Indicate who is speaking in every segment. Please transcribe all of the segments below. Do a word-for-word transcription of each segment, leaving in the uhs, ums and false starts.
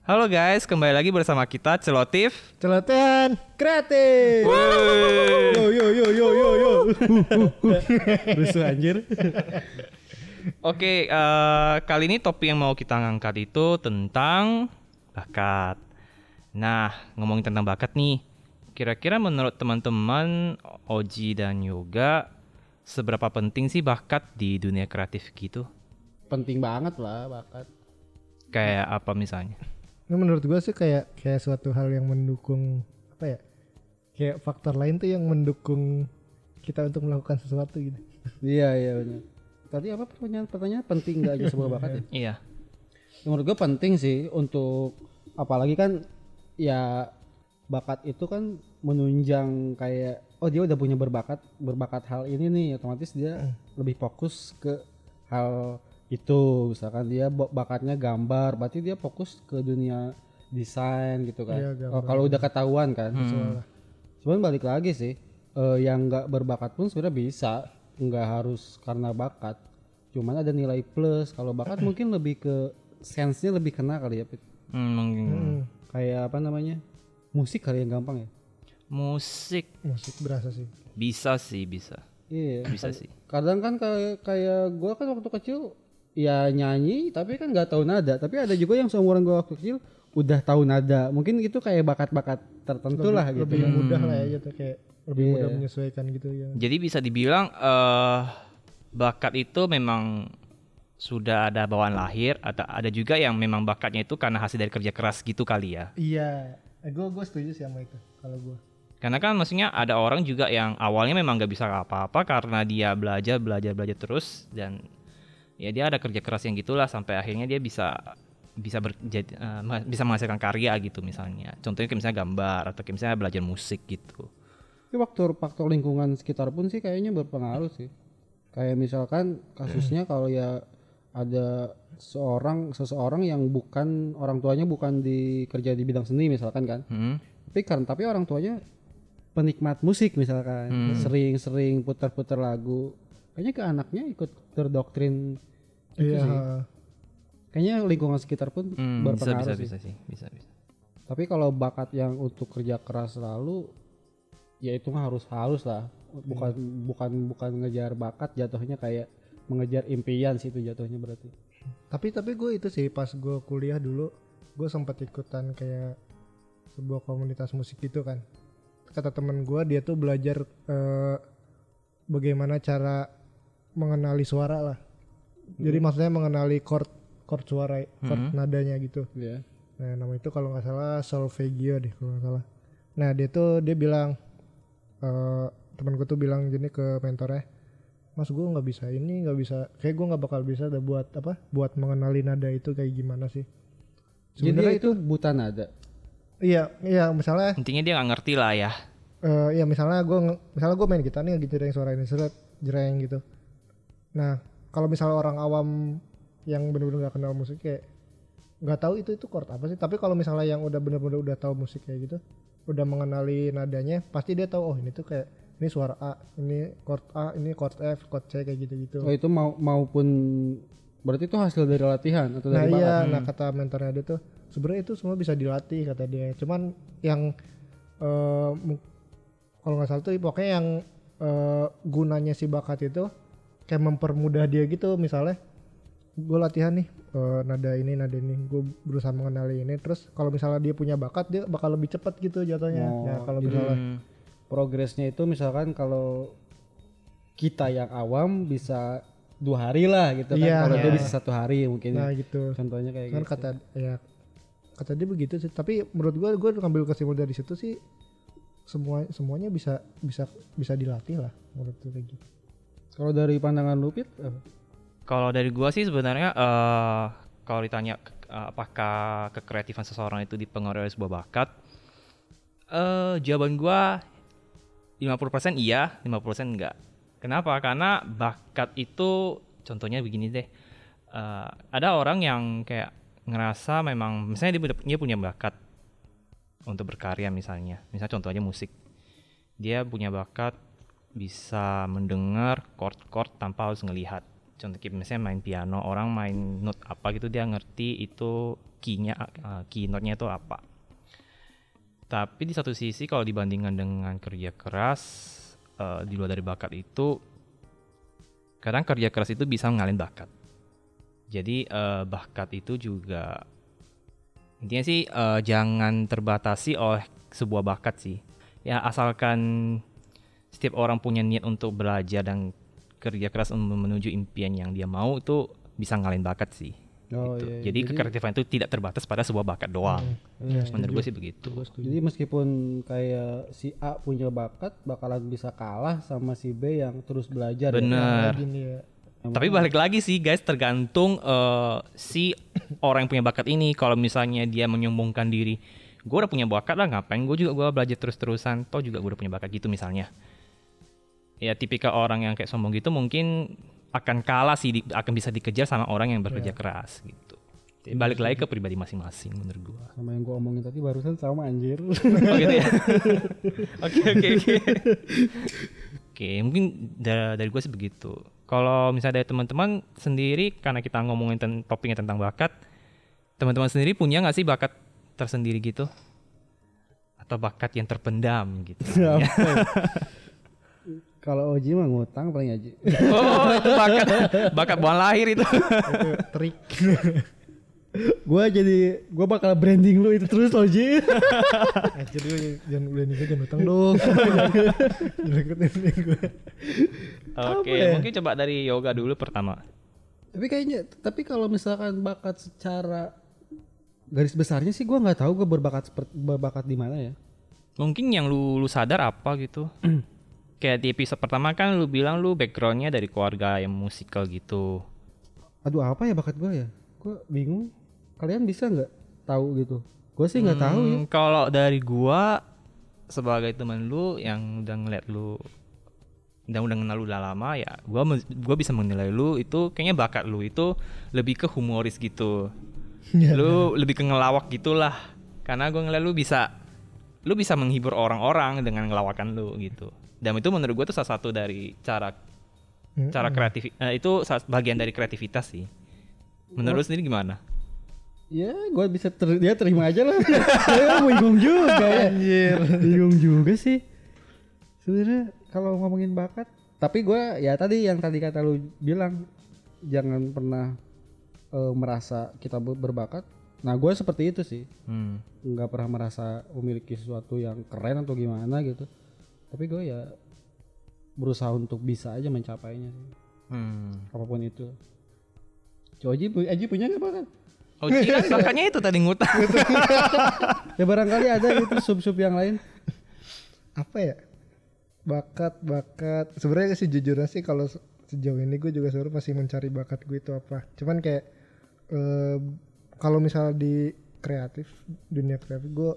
Speaker 1: Halo guys, kembali lagi bersama kita Celotif
Speaker 2: Celotehan kreatif. Yo yo yo yo yo yo. Rusuh anjir.
Speaker 1: Oke, uh, kali ini topik yang mau kita angkat itu tentang bakat. Nah, ngomongin tentang bakat nih, kira-kira menurut teman-teman Oji dan Yoga, seberapa penting sih bakat di dunia kreatif gitu?
Speaker 2: Penting banget lah bakat.
Speaker 1: Kayak apa misalnya?
Speaker 3: Ini menurut gue sih kayak kayak suatu hal yang mendukung apa ya? Kayak faktor lain tuh yang mendukung kita untuk melakukan sesuatu gitu.
Speaker 2: Iya iya benar. Tadi apa pertanyaan pertanyaan penting nggak aja sebuah bakat ya?
Speaker 1: Iya.
Speaker 2: Ya, menurut gue penting sih untuk apalagi kan ya bakat itu kan menunjang kayak oh dia udah punya berbakat berbakat hal ini nih, otomatis dia hmm. lebih fokus ke hal itu. Misalkan dia bakatnya gambar, berarti dia fokus ke dunia desain gitu kan. Iya, oh, kalau udah ketahuan kan. Hmm. Cuman balik lagi sih, uh, yang nggak berbakat pun sebenarnya bisa, nggak harus karena bakat. Cuman ada nilai plus. Kalau bakat mungkin lebih ke sense-nya lebih kena kali ya, Pit.
Speaker 1: Hmm.
Speaker 2: Hmm. Kayak apa namanya? Musik kali yang gampang ya.
Speaker 1: Musik.
Speaker 3: Musik berasa sih.
Speaker 1: Bisa sih, bisa.
Speaker 2: Iya.
Speaker 1: Bisa sih.
Speaker 2: Kadang kan kayak kayak gue kan waktu kecil ya nyanyi tapi kan nggak tahu nada, tapi ada juga yang seumuran gue waktu kecil udah tahu nada. Mungkin itu kayak bakat-bakat tertentu
Speaker 3: lebih,
Speaker 2: lah gitu.
Speaker 3: Lebih
Speaker 2: hmm.
Speaker 3: mudah lah ya gitu, kayak lebih
Speaker 2: yeah.
Speaker 3: mudah menyesuaikan gitu ya.
Speaker 1: Jadi bisa dibilang uh, bakat itu memang sudah ada bawaan lahir, atau ada juga yang memang bakatnya itu karena hasil dari kerja keras gitu kali ya.
Speaker 3: Iya, eh, gue gue setuju sih sama itu kalau gue.
Speaker 1: Karena kan maksudnya ada orang juga yang awalnya memang nggak bisa apa-apa karena dia belajar belajar belajar terus, dan ya dia ada kerja keras yang gitulah sampai akhirnya dia bisa bisa ber, jadi, uh, bisa menghasilkan karya gitu misalnya. Contohnya kayak misalnya gambar atau kayak misalnya belajar musik gitu.
Speaker 2: Tapi faktor faktor lingkungan sekitar pun sih kayaknya berpengaruh sih. Kayak misalkan kasusnya kalau ya ada seorang seseorang yang bukan orang tuanya bukan di kerja di bidang seni misalkan kan. Hmm. Tapi karena tapi orang tuanya penikmat musik misalkan, hmm. sering-sering putar-putar lagu. Kayaknya ke anaknya ikut terdoktrin gitu
Speaker 3: iya.
Speaker 2: sih. Kayaknya lingkungan sekitar pun hmm, berpengaruh
Speaker 1: bisa,
Speaker 2: sih.
Speaker 1: Bisa, bisa, bisa, bisa.
Speaker 2: Tapi kalau bakat yang untuk kerja keras selalu, ya itu mah harus harus lah. Bukan hmm. bukan bukan ngejar bakat, jatuhnya kayak mengejar impian sih itu jatuhnya berarti.
Speaker 3: Tapi tapi gue itu sih pas gue kuliah dulu, gue sempat ikutan kayak sebuah komunitas musik gitu kan. Kata temen gue dia tuh belajar uh, bagaimana cara mengenali suara lah. Jadi hmm. maksudnya mengenali chord chord suara, chord hmm. nadanya gitu. Yeah. Nah, nama itu kalau nggak salah solfeggio deh kalau nggak salah. Nah, dia tuh dia bilang uh, temanku tuh bilang gini ke mentornya, Mas gue nggak bisa ini, nggak bisa, kayak gue nggak bakal bisa ada buat apa, buat mengenali nada itu kayak gimana sih.
Speaker 2: Sebenarnya itu buta nada.
Speaker 3: Iya, iya misalnya.
Speaker 1: Intinya dia nggak ngerti lah ya.
Speaker 3: Uh, ya misalnya gue misalnya gue main gitar nih gitu yang suara ini seret jereng gitu. Nah kalau misalnya orang awam yang benar-benar nggak kenal musik kayak nggak tahu itu itu chord apa sih. Tapi kalau misalnya yang udah benar-benar udah tahu musik kayak gitu, udah mengenali nadanya, pasti dia tahu oh ini tuh kayak ini suara A, ini chord A, ini chord F, chord C kayak gitu-gitu.
Speaker 2: Oh itu mau maupun berarti itu hasil dari latihan atau
Speaker 3: nah,
Speaker 2: dari bakat?
Speaker 3: Nah iya, hmm. nah kata mentornya dia tuh sebenarnya itu semua bisa dilatih kata dia. Cuman yang uh, kalau nggak salah tuh pokoknya yang uh, gunanya si bakat itu kayak mempermudah dia gitu. Misalnya gue latihan nih uh, nada ini nada ini, gue berusaha mengenali ini, terus kalau misalnya dia punya bakat dia bakal lebih cepat gitu jatuhnya.
Speaker 2: Oh,
Speaker 3: ya kalau misalnya
Speaker 2: hmm. progresnya itu misalkan kalau kita yang awam bisa dua hari lah gitu kan, yeah, kalau yeah. dia bisa satu hari mungkin.
Speaker 3: Nah gitu.
Speaker 2: Contohnya kayak
Speaker 3: kan
Speaker 2: gitu.
Speaker 3: Kata ya kata dia begitu sih. Tapi menurut gue gue ngambil kesimpulan dari situ sih semua semuanya bisa bisa bisa dilatih lah menurut gue kayak gitu.
Speaker 2: Kalau dari pandangan lu Pit? Uh.
Speaker 1: Kalau dari gua sih sebenarnya uh, kalau ditanya uh, apakah kekreatifan seseorang itu dipengaruhi oleh sebuah bakat, uh, jawaban gua lima puluh persen iya, lima puluh persen enggak. Kenapa? Karena bakat itu contohnya begini deh. Uh, ada orang yang kayak ngerasa memang misalnya dia, dia punya bakat untuk berkarya misalnya. Misalnya contohnya musik. Dia punya bakat bisa mendengar chord-chord tanpa harus ngelihat. contoh kayak misalnya main piano, orang main note apa gitu dia ngerti itu key-nya, uh, key note-nya itu apa. Tapi di satu sisi kalau dibandingkan dengan kerja keras uh, di luar dari bakat itu, kadang kerja keras itu bisa ngalin bakat. Jadi uh, bakat itu juga intinya sih uh, jangan terbatasi oleh sebuah bakat sih. Ya asalkan setiap orang punya niat untuk belajar dan kerja keras untuk menuju impian yang dia mau, itu bisa ngalahin bakat sih.
Speaker 2: Oh,
Speaker 1: gitu.
Speaker 2: iya,
Speaker 1: Jadi,
Speaker 2: jadi
Speaker 1: kekreatifan itu tidak terbatas pada sebuah bakat doang.
Speaker 3: Iya,
Speaker 1: Menurut gue sih begitu.
Speaker 2: Jadi meskipun kayak si A punya bakat bakalan bisa kalah sama si B yang terus belajar.
Speaker 1: Bener.
Speaker 3: Nah, gini ya.
Speaker 1: Tapi balik lagi sih guys, tergantung uh, si orang yang punya bakat ini. Kalau misalnya dia menyombongkan diri, gue udah punya bakat lah, ngapain gue juga gue belajar terus-terusan, toh juga gue udah punya bakat gitu misalnya. Ya tipikal orang yang kayak sombong gitu mungkin akan kalah sih, di, akan bisa dikejar sama orang yang bekerja yeah. keras gitu. Jadi balik lagi ke pribadi masing-masing menurut gue.
Speaker 2: Sama yang gue omongin tadi barusan sama anjir.
Speaker 1: Oh gitu ya. Oke oke oke. Oke mungkin dari, dari gue sih begitu. Kalau misalnya dari teman-teman sendiri, karena kita ngomongin ten- topiknya tentang bakat, teman-teman sendiri punya nggak sih bakat tersendiri gitu? Atau bakat yang terpendam gitu?
Speaker 2: Kalau Oji mah ngutang paling Oji.
Speaker 1: Oh itu bakat, bakat buang lahir itu.
Speaker 3: Itu trik.
Speaker 2: Gue jadi, gue bakal branding lu itu terus Oji.
Speaker 3: Anjir lu jangan udah nikah jangan utang dong. Jangan ikutin gue.
Speaker 1: Oke,
Speaker 2: ya?
Speaker 1: mungkin coba dari yoga dulu pertama.
Speaker 2: Tapi kayaknya, tapi kalau misalkan bakat secara garis besarnya sih gue nggak tahu gue berbakat seperti berbakat di mana ya.
Speaker 1: Mungkin yang lu, lu sadar apa gitu? Kayak di episode pertama kan lu bilang lu backgroundnya dari keluarga yang musikal gitu.
Speaker 2: Aduh apa ya bakat gue ya? Gue bingung. Kalian bisa nggak tahu gitu? Gue sih nggak hmm, tahu ya.
Speaker 1: Kalau dari gua sebagai teman lu yang udah ngeliat lu dan udah kenal lu udah lama ya, gua gua bisa menilai lu itu kayaknya bakat lu itu lebih ke humoris gitu. Lu lebih ke ngelawak gitulah. Karena gua ngeliat lu bisa lu bisa menghibur orang-orang dengan ngelawakan lu gitu. Dan itu menurut gue tuh salah satu dari cara mm-hmm. cara kreatif uh, itu bagian dari kreativitas sih. Menurut oh. sendiri gimana?
Speaker 2: Ya, gue bisa ter- dia terima aja lah. Saya bingung juga ya. Anjir. Bingung juga sih. Sebenarnya kalau ngomongin bakat, tapi gue ya tadi yang tadi kata lu bilang jangan pernah uh, merasa kita berbakat. Nah, gue seperti itu sih. Hmm. Nggak pernah merasa memiliki sesuatu yang keren atau gimana gitu. Tapi gue ya berusaha untuk bisa aja mencapainya sih. Hmm. Apapun itu. Oji, Oji punya gak bakat?
Speaker 1: Oji kan bakatnya itu tadi ngutang.
Speaker 2: Ya barangkali ada gitu sub-sub yang lain.
Speaker 3: Apa ya? Bakat, bakat. Sebenarnya sih jujurnya sih kalau sejauh ini gue juga sebenarnya masih mencari bakat gue itu apa. Cuman kayak eh, kalau misalnya di kreatif, dunia kreatif gue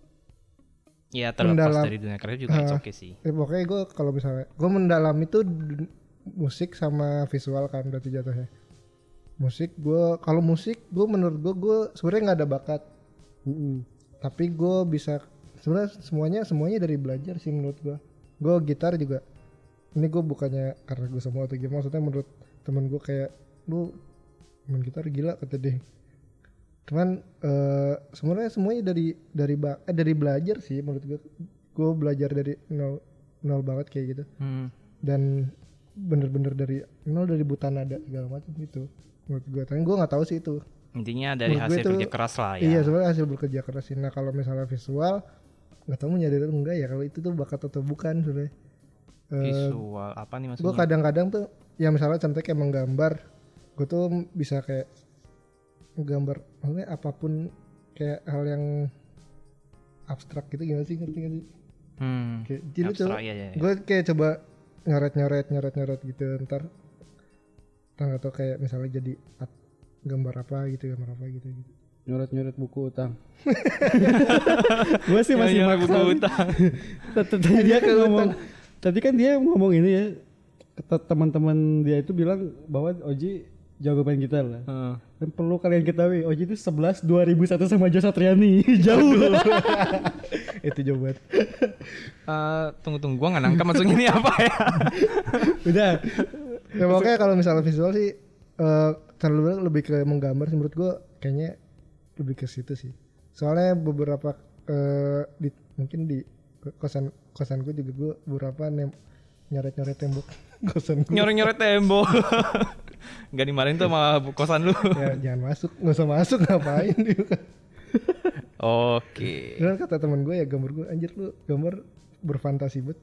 Speaker 1: ya terlepas mendalam, dari dunia kreatif juga uh, oke okay sih.
Speaker 3: Eh, pokoknya gue kalau misalnya gue mendalam itu dun- musik sama visual kan berarti jatuhnya. Musik gue kalau musik gue menurut gue gue sebenarnya nggak ada bakat. Mm-hmm. Tapi gue bisa sebenarnya semuanya semuanya dari belajar sih menurut gue. Gue gitar juga. Ini gue bukannya karena gue sama atau gimana, maksudnya menurut temen gue kayak lu main gitar gila kata dia. Cuman uh, sebenarnya semuanya dari dari ba- eh, dari belajar sih menurut gue. Gue belajar dari nol nol banget kayak gitu. Hmm. Dan bener-bener dari nol, dari buta nada segala macam gitu menurut gue. Tapi gue nggak tahu sih itu.
Speaker 1: Intinya dari menurut hasil itu, kerja keras lah ya.
Speaker 3: Iya sebenarnya hasil bekerja keras sih. Nah kalau misalnya visual nggak tahu menyadari atau enggak ya kalau itu tuh bakat atau bukan sebenarnya.
Speaker 1: Visual uh, apa nih maksudnya?
Speaker 3: Gue kadang-kadang tuh ya misalnya contohnya kayak menggambar, gue tuh bisa kayak gambar maksudnya apapun kayak hal yang abstrak gitu gimana sih, ngerti nggak sih? Hmm, kayak, jadi abstrak, tuh ya, ya, ya. Gue kayak coba nyoret-nyoret nyoret-nyoret gitu, ntar ntar atau kayak misalnya jadi at, gambar apa gitu gambar apa gitu gitu.
Speaker 2: Nyoret-nyoret buku utang. Gue sih masih
Speaker 1: maksa buku utang.
Speaker 2: Tadi dia kan ngomong, tadi kan dia ngomong ini ya, teman-teman dia itu bilang bahwa Oji jago main gitar lah. Uh. Dan perlu kalian ketahui, Oji itu sebelas dua ribu satu sama Jo Satriani. Jauh.
Speaker 3: Itu jauh banget.
Speaker 1: Uh, tunggu-tunggu, gua nggak nangkap maksudnya ini apa ya.
Speaker 2: Udah.
Speaker 3: Ya pokoknya kalau misalnya visual sih uh, terlalu lebih ke menggambar sih menurut gue, kayaknya lebih ke situ sih. Soalnya beberapa uh, di, mungkin di kosan kosan gue juga gue beberapa nem, nyoret-nyoret tembok kosan gue.
Speaker 1: Nyoret-nyoret tembok. Gak dimarahin tuh sama kosan lu.
Speaker 3: Ya jangan masuk, nggak usah masuk, ngapain juga.
Speaker 1: Oke.
Speaker 3: Dan kata teman gue ya, gambar gue anjir lu gambar berfantasi banget.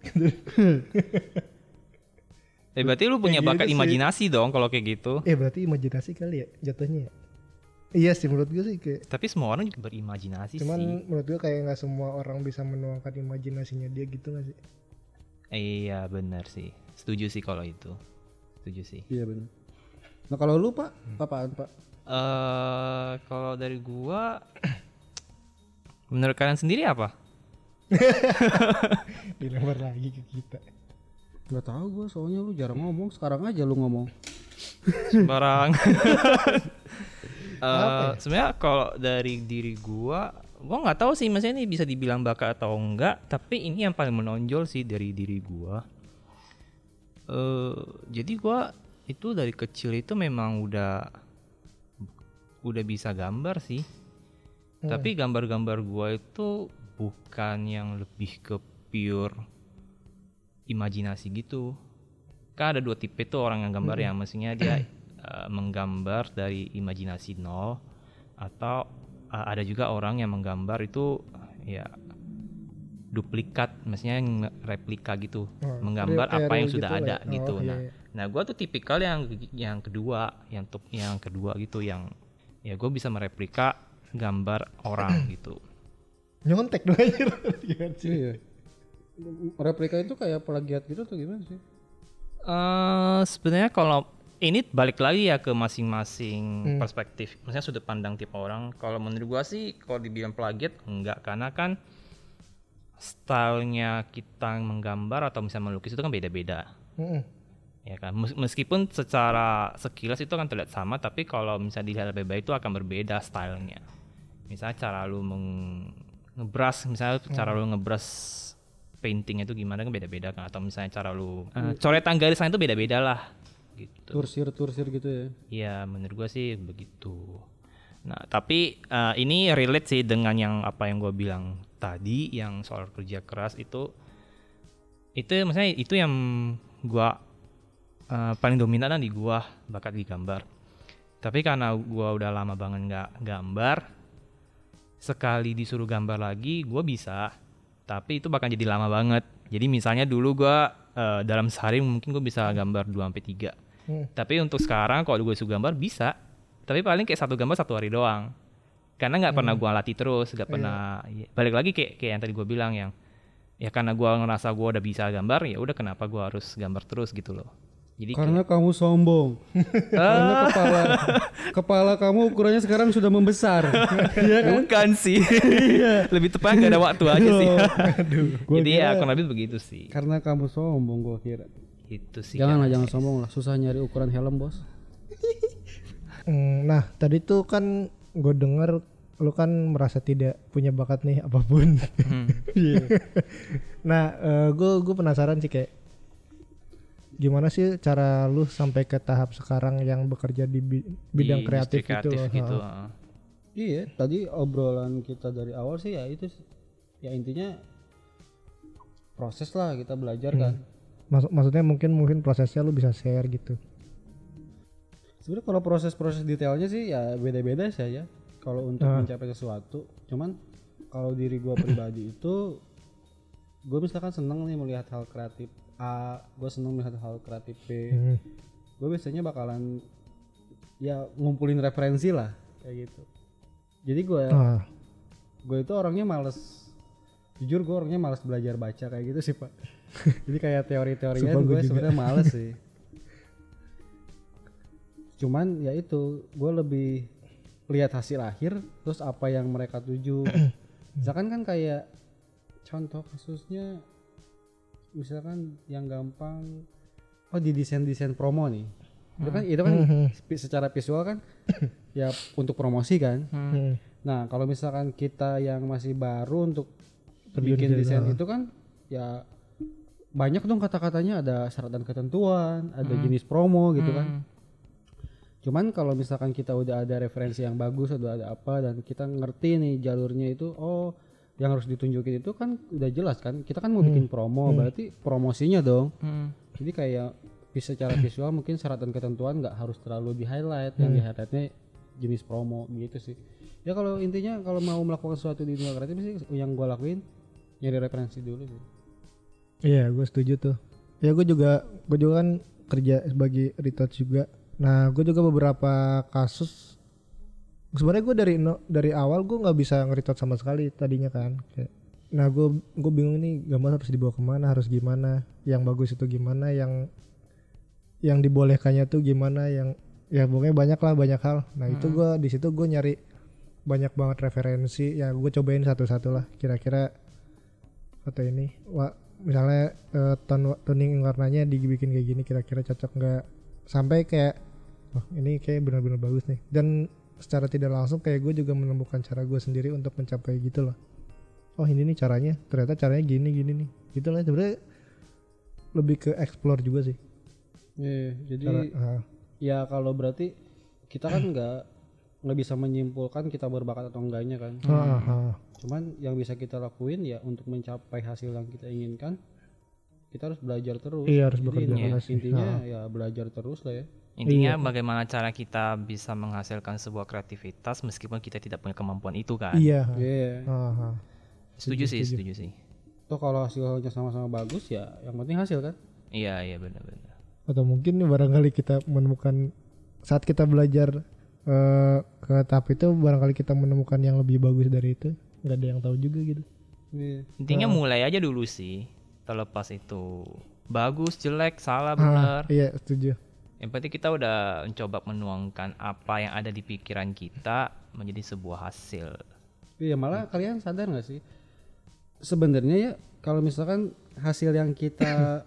Speaker 1: Eh berarti lu punya
Speaker 3: Kayak
Speaker 1: bakat
Speaker 3: gitu sih.
Speaker 1: imajinasi dong kalau kayak gitu.
Speaker 3: Eh berarti imajinasi kali ya jatuhnya ya. Iya sih menurut gue sih kayak.
Speaker 1: Tapi semua orang juga berimajinasi
Speaker 3: Cuman
Speaker 1: sih.
Speaker 3: menurut gue kayak nggak semua orang bisa menuangkan imajinasinya dia gitu nggak sih?
Speaker 1: Iya benar sih. Setuju sih kalau itu. Setuju sih.
Speaker 2: Iya benar. Nah kalau lu Pak, apaan Pak?
Speaker 1: Eh kalau dari gua menurut kalian sendiri apa?
Speaker 3: Dilempar lagi ke kita.
Speaker 2: Gak tahu gue, soalnya lu jarang ngomong. Sekarang aja lu ngomong.
Speaker 1: Sembarang. Eh
Speaker 3: Apa ya?
Speaker 1: sebenarnya kalau dari diri gua, gua nggak tahu sih maksudnya ini bisa dibilang bakat atau enggak, tapi ini yang paling menonjol sih dari diri gua. Eh jadi gua itu dari kecil itu memang udah udah bisa gambar sih.
Speaker 3: Hmm.
Speaker 1: Tapi gambar-gambar gua itu bukan yang lebih ke pure imajinasi gitu. Kan ada dua tipe tuh orang yang gambar, yang maksudnya dia uh, menggambar dari imajinasi nol, atau uh, ada juga orang yang menggambar itu ya duplikat, maksudnya replika gitu,
Speaker 3: Oh,
Speaker 1: menggambar
Speaker 3: real-
Speaker 1: apa yang
Speaker 3: real
Speaker 1: sudah
Speaker 3: gitu
Speaker 1: ada
Speaker 3: lah. Oh,
Speaker 1: gitu.
Speaker 3: iya,
Speaker 1: Nah,
Speaker 3: iya.
Speaker 1: nah gue tuh tipikal yang yang kedua, yang tuh yang kedua gitu, yang ya gue bisa mereplika gambar orang gitu.
Speaker 3: Nyontek dong anjir. Gimana sih?
Speaker 2: Iya. Replika itu kayak plagiat gitu tuh gimana sih?
Speaker 1: Eh sebenarnya kalau ini balik lagi ya ke masing-masing
Speaker 3: Hmm.
Speaker 1: perspektif, maksudnya sudut pandang tipe orang. Kalau menurut gua sih kalau dibilang plagiat enggak, karena kan stylenya kita menggambar atau misalnya melukis itu kan beda-beda.
Speaker 3: Mm-mm.
Speaker 1: Ya kan, Mes- meskipun secara sekilas itu kan terlihat sama, tapi kalau misalnya dilihat lebih baik itu akan berbeda stylenya. Misalnya cara lu meng- ngebrush, misalnya cara lu ngebrush painting itu gimana kan beda-beda kan, atau misalnya cara lu eh, coretan garisan itu beda-beda lah gitu.
Speaker 2: Tursir-tursir gitu ya.
Speaker 1: Iya, menurut gua sih begitu. Nah, tapi eh, ini relate sih dengan yang apa yang gua bilang tadi, yang soal kerja keras itu. Itu maksudnya itu yang gua eh, paling dominan di gua, bakat di gambar. Tapi karena gua udah lama banget nggak gambar, sekali disuruh gambar lagi gua bisa, tapi itu bakal jadi lama banget. Jadi misalnya dulu gua eh, dalam sehari mungkin gua bisa gambar dua sampai tiga.
Speaker 3: Hmm.
Speaker 1: Tapi untuk sekarang kalau gue suka gambar bisa, tapi paling kayak satu gambar satu hari doang. Karena nggak pernah gue latih terus, nggak pernah. Ya, balik lagi kayak kayak yang tadi gue bilang, yang ya karena gue ngerasa gue udah bisa gambar, ya udah kenapa gue harus gambar terus gitu loh. Jadi
Speaker 2: Karena kamu sombong. Karena kepala kepala kamu ukurannya sekarang sudah membesar. Iya
Speaker 1: kayak,
Speaker 2: kan?
Speaker 1: bukan sih. Lebih tepat nggak ada waktu aja sih.
Speaker 2: Gua
Speaker 1: Jadi ya
Speaker 2: kira
Speaker 1: kurang lebih begitu sih.
Speaker 2: karena kamu sombong gua kira.
Speaker 1: Itu sih.
Speaker 2: Janganlah,
Speaker 1: kan.
Speaker 2: jangan sombong lah. Susah nyari ukuran helm, Bos.
Speaker 3: Hmm, nah tadi tuh kan gue denger lu kan merasa tidak punya bakat nih apapun.
Speaker 1: Hmm.
Speaker 3: Nah gue gue penasaran sih kayak gimana sih cara lu sampai ke tahap sekarang yang bekerja di bi- bidang
Speaker 1: Di
Speaker 3: kreatif,
Speaker 1: industri
Speaker 3: itu loh.
Speaker 1: gitu.
Speaker 3: Ha.
Speaker 1: ah.
Speaker 2: Iya, tadi obrolan kita dari awal sih ya itu sih. Ya intinya proses lah, kita belajar kan.
Speaker 3: Maksud maksudnya mungkin mungkin prosesnya lu bisa share gitu.
Speaker 2: Sebenarnya kalau proses-proses detailnya sih ya beda-beda sih ya. Kalau untuk
Speaker 3: Ah.
Speaker 2: mencapai sesuatu, cuman kalau diri gua pribadi itu, gue misalkan seneng nih melihat hal kreatif A, gue seneng melihat hal kreatif B.
Speaker 3: Hmm.
Speaker 2: Gue biasanya bakalan ya ngumpulin referensi lah kayak gitu. Jadi gue
Speaker 3: Ah.
Speaker 2: gue itu orangnya males, jujur gue orangnya males belajar baca kayak gitu sih Pak. Jadi kayak teori-teorinya
Speaker 3: Sumpah
Speaker 2: gue
Speaker 3: gua juga.
Speaker 2: sebenarnya males sih. Cuman ya itu gue lebih lihat hasil akhir, terus apa yang mereka tuju. Misalkan kan kayak contoh kasusnya, misalkan yang gampang, oh di desain-desain promo nih, itu kan itu kan
Speaker 3: Hmm.
Speaker 2: spi- secara visual kan ya untuk promosi kan.
Speaker 3: Hmm.
Speaker 2: Nah kalau misalkan kita yang masih baru untuk
Speaker 3: Terjun
Speaker 2: bikin
Speaker 3: di
Speaker 2: desain
Speaker 3: sana.
Speaker 2: itu kan ya banyak dong kata-katanya, ada syarat dan ketentuan, ada
Speaker 1: Hmm.
Speaker 2: jenis promo gitu kan.
Speaker 1: Hmm.
Speaker 2: Cuman kalau misalkan kita udah ada referensi yang bagus, udah ada apa dan kita ngerti nih jalurnya itu, oh yang harus ditunjukin itu kan udah jelas kan. Kita kan mau bikin promo, berarti promosinya dong.
Speaker 1: Hmm.
Speaker 2: Jadi kayak bisa secara visual mungkin syarat dan ketentuan nggak harus terlalu di highlight, yang di highlightnya jenis promo gitu sih. Ya kalau intinya kalau mau melakukan sesuatu di dunia kreatif sih yang gue lakuin nyari referensi dulu sih.
Speaker 3: Iya, gue setuju tuh. Ya gue juga, gue juga kan kerja sebagai retouch juga. Nah, gue juga beberapa kasus. Sebenarnya gue dari no, dari awal gue nggak bisa nge-retouch sama sekali tadinya kan. Kayak, nah gue gue bingung ini gambar harus dibawa kemana, harus gimana, yang bagus itu gimana, yang yang dibolehkannya tuh gimana, yang ya pokoknya banyak lah banyak hal. Nah itu gue di situ gue nyari banyak banget referensi. Ya gue cobain satu-satu lah. Kira-kira foto ini, wah misalnya uh, ton toning warnanya dibikin kayak gini kira-kira cocok nggak, sampai kayak oh ini kayak benar-benar bagus nih, dan secara tidak langsung kayak gue juga menemukan cara gue sendiri untuk mencapai gitu loh. Oh ini nih caranya, ternyata caranya gini gini nih gitu lah. Sebenarnya lebih ke explore juga sih.
Speaker 2: Iya, jadi
Speaker 3: Cara, uh,
Speaker 2: ya kalau berarti kita kan nggak nggak bisa menyimpulkan kita berbakat atau enggaknya kan.
Speaker 3: uh, uh,
Speaker 2: Cuman yang bisa kita lakuin ya untuk mencapai hasil yang kita inginkan, kita harus belajar terus.
Speaker 3: Iya, harus
Speaker 2: Jadi
Speaker 3: bekerja
Speaker 2: intinya,
Speaker 3: keras sih.
Speaker 2: intinya ya belajar terus lah ya.
Speaker 1: Intinya
Speaker 3: Iya.
Speaker 1: bagaimana cara kita bisa menghasilkan sebuah kreativitas meskipun kita tidak punya kemampuan itu kan.
Speaker 3: iya.
Speaker 2: Iya.
Speaker 3: Uh, uh.
Speaker 1: Setuju sih, setuju sih.
Speaker 2: Toh kalau hasilnya sama-sama bagus ya yang penting hasil kan.
Speaker 1: Iya, iya benar-benar.
Speaker 3: Atau mungkin nih barangkali kita menemukan saat kita belajar uh, ke tahap itu, barangkali kita menemukan yang lebih bagus dari itu. Nggak ada yang tahu juga gitu.
Speaker 2: Iya.
Speaker 1: Intinya mulai aja dulu sih. Terlepas itu bagus, jelek, salah,
Speaker 3: Ah,
Speaker 1: benar.
Speaker 3: iya setuju.
Speaker 1: Yang penting kita udah mencoba menuangkan apa yang ada di pikiran kita menjadi sebuah hasil.
Speaker 2: Iya, malah kalian sadar nggak sih? Sebenarnya ya kalau misalkan hasil yang kita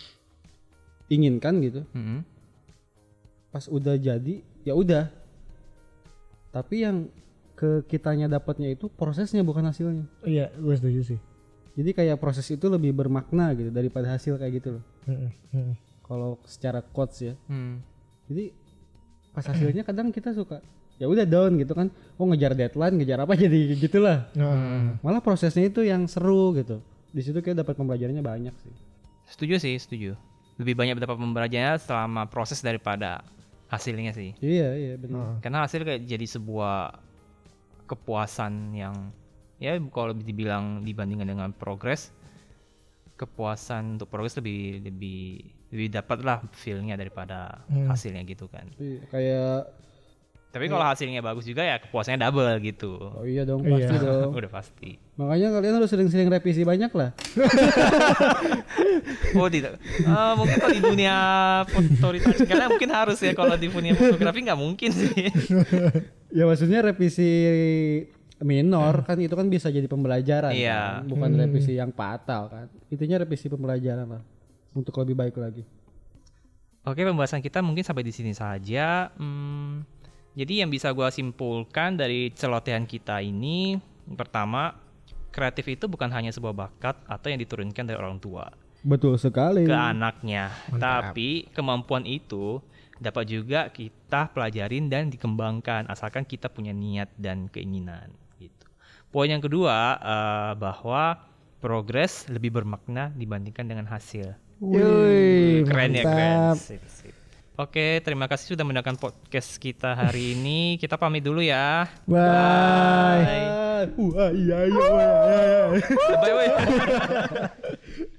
Speaker 2: inginkan gitu,
Speaker 1: Mm-hmm.
Speaker 2: pas udah jadi ya udah. Tapi yang ke kitanya dapatnya itu prosesnya bukan hasilnya.
Speaker 3: Iya, gue setuju sih.
Speaker 2: Jadi kayak proses itu lebih bermakna gitu daripada hasil kayak gitu loh.
Speaker 3: Mm-mm, mm-mm.
Speaker 2: Kalau secara quotes ya.
Speaker 1: Hmm.
Speaker 2: Jadi pas hasilnya kadang kita suka ya udah down gitu kan. Oh ngejar deadline, ngejar apa jadi gitulah.
Speaker 3: Nah,
Speaker 2: Malah prosesnya itu yang seru gitu. Di situ kita dapat pembelajarannya banyak sih.
Speaker 1: Setuju sih, setuju. Lebih banyak dapat pembelajarannya selama proses daripada hasilnya sih.
Speaker 2: Iya, iya benar.
Speaker 1: Karena hasil kayak jadi sebuah kepuasan yang ya kalau dibilang dibandingkan dengan progres, kepuasan untuk progres lebih lebih lebih dapat lah feel-nya daripada
Speaker 3: Hmm.
Speaker 1: hasilnya gitu kan.
Speaker 2: Iya, kayak
Speaker 1: Tapi kalau hasilnya bagus juga ya kepuasannya double gitu.
Speaker 2: oh iya dong pasti
Speaker 3: Iya.
Speaker 2: dong.
Speaker 1: Udah pasti.
Speaker 2: Makanya kalian harus sering-sering revisi banyak lah.
Speaker 1: Oh tidak. Eh, mungkin kalau di dunia fotografi karena mungkin harus ya, kalau di dunia fotografi nggak mungkin sih.
Speaker 2: Ya maksudnya revisi minor kan itu kan bisa jadi pembelajaran
Speaker 1: Iya.
Speaker 2: kan? Bukan revisi yang fatal kan. Intinya revisi pembelajaran lah untuk lebih baik lagi.
Speaker 1: Oke, pembahasan kita mungkin sampai di sini saja. Hmm, jadi yang bisa gua simpulkan dari celotehan kita ini, pertama, kreatif itu bukan hanya sebuah bakat atau yang diturunkan dari orang tua
Speaker 2: Betul sekali.
Speaker 1: ke anaknya,
Speaker 3: Mantap.
Speaker 1: tapi kemampuan itu dapat juga kita pelajarin dan dikembangkan asalkan kita punya niat dan keinginan. Gitu. Poin yang kedua, eh, bahwa progres lebih bermakna dibandingkan dengan hasil.
Speaker 3: Wih,
Speaker 1: Keren ya, keren.
Speaker 3: mantap.
Speaker 1: Sip, sip. Oke, terima kasih sudah mendengarkan podcast kita hari ini. Kita pamit dulu ya.
Speaker 3: Bye.
Speaker 1: Bye.
Speaker 2: Wah, iya iya. Wah, iya, iya.
Speaker 1: Bye bye.